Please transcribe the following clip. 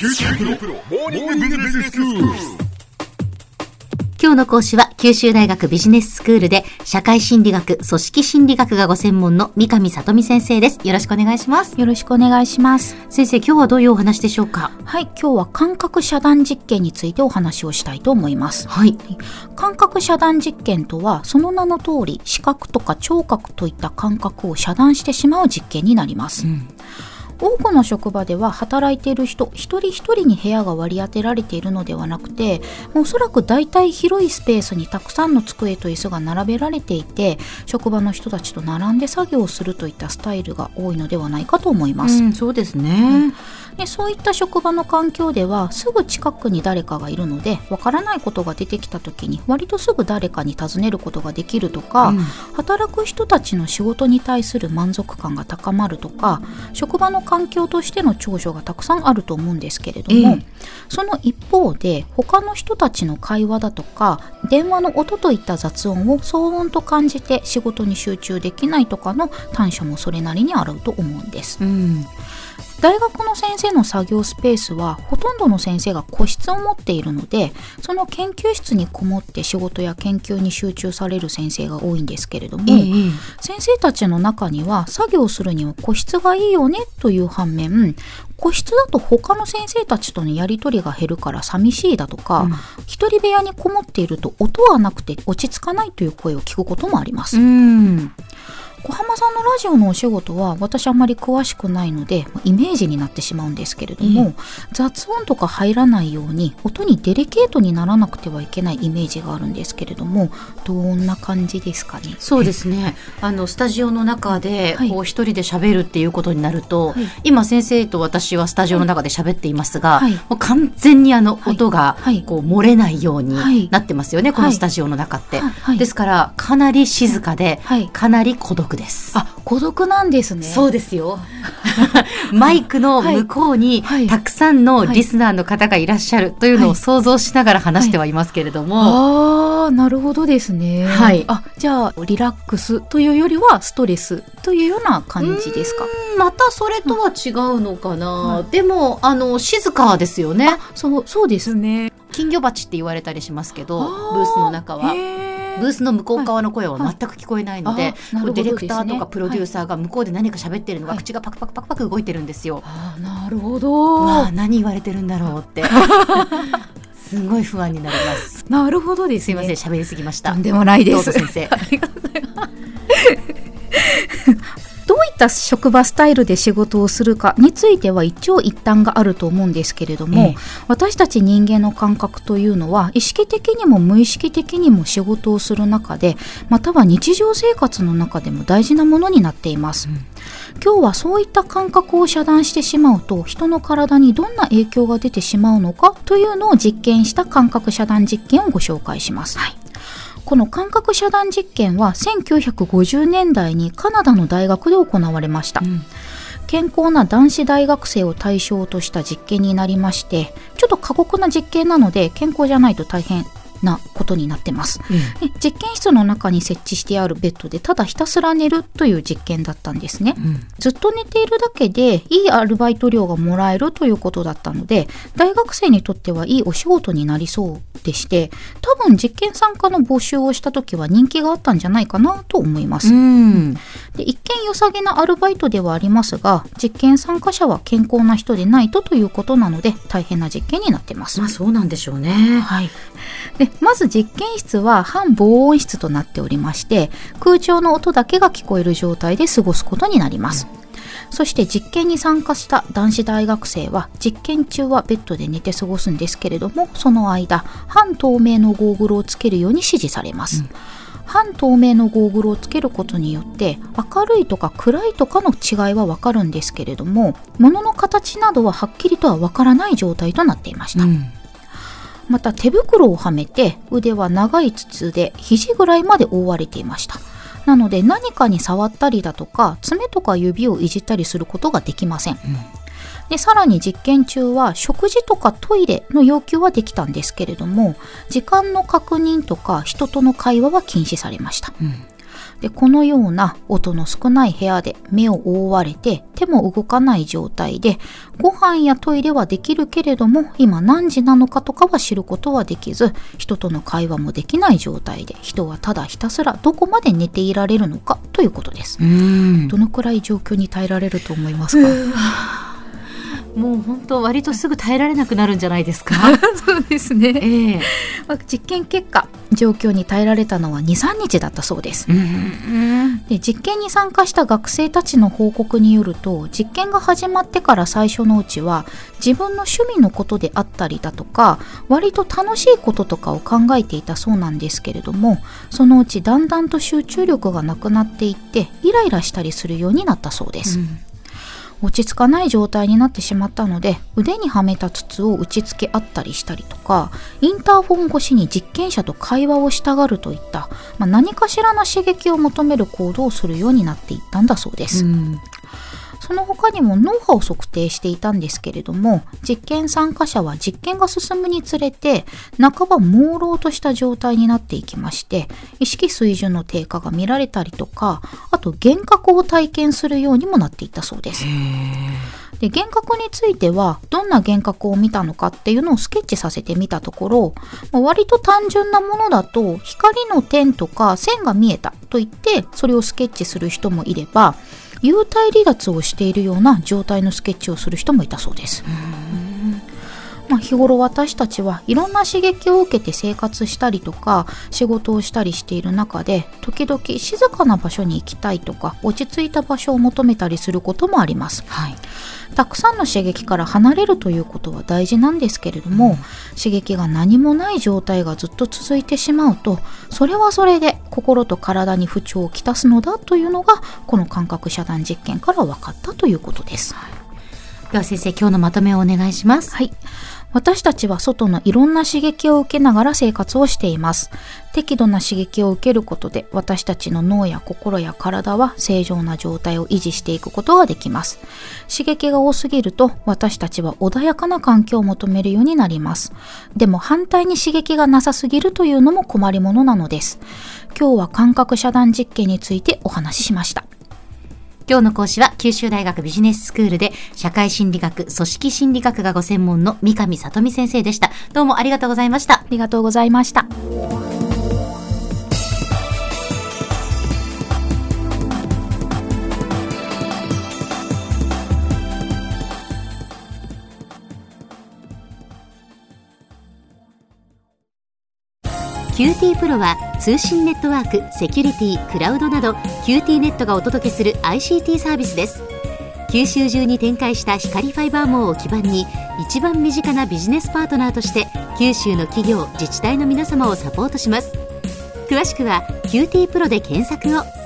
九州大学モーニングビジネススクール。 今日の講師は九州大学ビジネススクールで社会心理学、組織心理学がご専門の三上里美先生です。よろしくお願いします。 よろしくお願いします。 先生、今日はどういうお話でしょうか？ はい、今日は感覚遮断実験についてお話をしたいと思います。 はい。 感覚遮断実験とは、その名の通り視覚とか聴覚といった感覚を遮断してしまう実験になります。多くの職場では働いている人一人一人に部屋が割り当てられているのではなくて、おそらく大体広いスペースにたくさんの机と椅子が並べられていて、職場の人たちと並んで作業をするといったスタイルが多いのではないかと思います。 そうですね。 でそういった職場の環境ではすぐ近くに誰かがいるので、わからないことが出てきた時に割とすぐ誰かに尋ねることができるとか、働く人たちの仕事に対する満足感が高まるとか、職場の環境としての長所がたくさんあると思うんですけれども、その一方で他の人たちの会話だとか電話の音といった雑音を騒音と感じて仕事に集中できないとかの短所もそれなりにあると思うんです。大学の先生の作業スペースはほとんどの先生が個室を持っているので、その研究室にこもって仕事や研究に集中される先生が多いんですけれども、先生たちの中には作業するには個室がいいよねという反面、個室だと他の先生たちとのやり取りが減るから寂しいだとか、一人部屋にこもっていると音はなくて落ち着かないという声を聞くこともあります。小浜さんのラジオのお仕事は私あんまり詳しくないのでイメージになってしまうんですけれども、雑音とか入らないように音にデリケートにならなくてはいけないイメージがあるんですけれども、どんな感じですかね？ そうですね。スタジオの中でこう一人で喋るっていうことになると、今先生と私はスタジオの中で喋っていますが、もう完全に音がこう漏れないようになってますよね、このスタジオの中って。ですからかなり静かで、かなり孤独です。 孤独なんですね。 そうですよ。マイクの向こうにたくさんのリスナーの方がいらっしゃるというのを想像しながら話してはいますけれども、 なるほどですね。じゃあリラックスというよりはストレスというような感じですか？ またそれとは違うのかな。でも静かですよね。 そうですね。 金魚鉢って言われたりしますけど、ブースの中はブースの向こう側の声は全く聞こえないので、ディレクターとかプロデューサーが向こうで何か喋ってるのが口がパクパクパクパク動いてるんですよ。 なるほど。 何言われてるんだろうってすごい不安になります。 なるほどですね。 すいません、喋りすぎました。 とんでもないです。 どうぞ先生。 ありがとうございます。どういった職場スタイルで仕事をするかについては一長一短があると思うんですけれども、私たち人間の感覚というのは意識的にも無意識的にも仕事をする中で、または日常生活の中でも大事なものになっています。今日はそういった感覚を遮断してしまうと人の体にどんな影響が出てしまうのかというのを実験した感覚遮断実験をご紹介します。この感覚遮断実験は1950年代にカナダの大学で行われました。健康な男子大学生を対象とした実験になりまして、ちょっと過酷な実験なので健康じゃないと大変なことになってます。実験室の中に設置してあるベッドでただひたすら寝るという実験だったんですね。ずっと寝ているだけでいいアルバイト料がもらえるということだったので、大学生にとってはいいお仕事になりそうでして、多分実験参加の募集をした時は人気があったんじゃないかなと思います。で、一見良さげなアルバイトではありますが、実験参加者は健康な人でないということなので大変な実験になってます。 そうなんでしょうね。 でまず実験室は半防音室となっておりまして、空調の音だけが聞こえる状態で過ごすことになります。そして実験に参加した男子大学生は実験中はベッドで寝て過ごすんですけれども、その間半透明のゴーグルをつけるように指示されます。半透明のゴーグルをつけることによって明るいとか暗いとかの違いはわかるんですけれども、物の形などははっきりとはわからない状態となっていました。また手袋をはめて腕は長い筒で肘ぐらいまで覆われていました。なので何かに触ったりだとか爪とか指をいじったりすることができません。でさらに実験中は食事とかトイレの要求はできたんですけれども、時間の確認とか人との会話は禁止されました。 でこのような音の少ない部屋で目を覆われて手も動かない状態で、ご飯やトイレはできるけれども今何時なのかとかは知ることはできず、人との会話もできない状態で、人はただひたすらどこまで寝ていられるのかということです。どのくらい状況に耐えられると思いますか？ もう本当割とすぐ耐えられなくなるんじゃないですか？ そうですね、実験結果、状況に耐えられたのは 2,3 日だったそうです。で実験に参加した学生たちの報告によると、実験が始まってから最初のうちは自分の趣味のことであったりだとか、割と楽しいこととかを考えていたそうなんですけれども、そのうちだんだんと集中力がなくなっていってイライラしたりするようになったそうです。落ち着かない状態になってしまったので、腕にはめた筒を打ち付け合ったりしたりとか、インターフォン越しに実験者と会話をしたがるといった、何かしらの刺激を求める行動をするようになっていったんだそうです。その他にも脳波を測定していたんですけれども、実験参加者は実験が進むにつれて半ば朦朧とした状態になっていきまして、意識水準の低下が見られたりとか、あと幻覚を体験するようにもなっていったそうです。で幻覚についてはどんな幻覚を見たのかっていうのをスケッチさせてみたところ、割と単純なものだと光の点とか線が見えたと言ってそれをスケッチする人もいれば、幽体離脱をしているような状態のスケッチをする人もいたそうです。日頃私たちはいろんな刺激を受けて生活したりとか仕事をしたりしている中で、時々静かな場所に行きたいとか落ち着いた場所を求めたりすることもあります。たくさんの刺激から離れるということは大事なんですけれども、刺激が何もない状態がずっと続いてしまうと、それはそれで心と体に不調をきたすのだというのが、この感覚遮断実験から分かったということです。 では先生、今日のまとめをお願いします。 私たちは外のいろんな刺激を受けながら生活をしています。適度な刺激を受けることで、私たちの脳や心や体は正常な状態を維持していくことができます。刺激が多すぎると、私たちは穏やかな環境を求めるようになります。でも反対に刺激がなさすぎるというのも困りものなのです。今日は感覚遮断実験についてお話ししました。 今日の講師は九州大学ビジネススクールで社会心理学、組織心理学がご専門の三上里美先生でした。どうもありがとうございました。 ありがとうございました。 QT プロは通信ネットワーク、セキュリティ、クラウドなど QT ネットがお届けする ICT サービスです。九州中に展開した光ファイバー網を基盤に、一番身近なビジネスパートナーとして九州の企業、自治体の皆様をサポートします。詳しくは QT プロで検索を。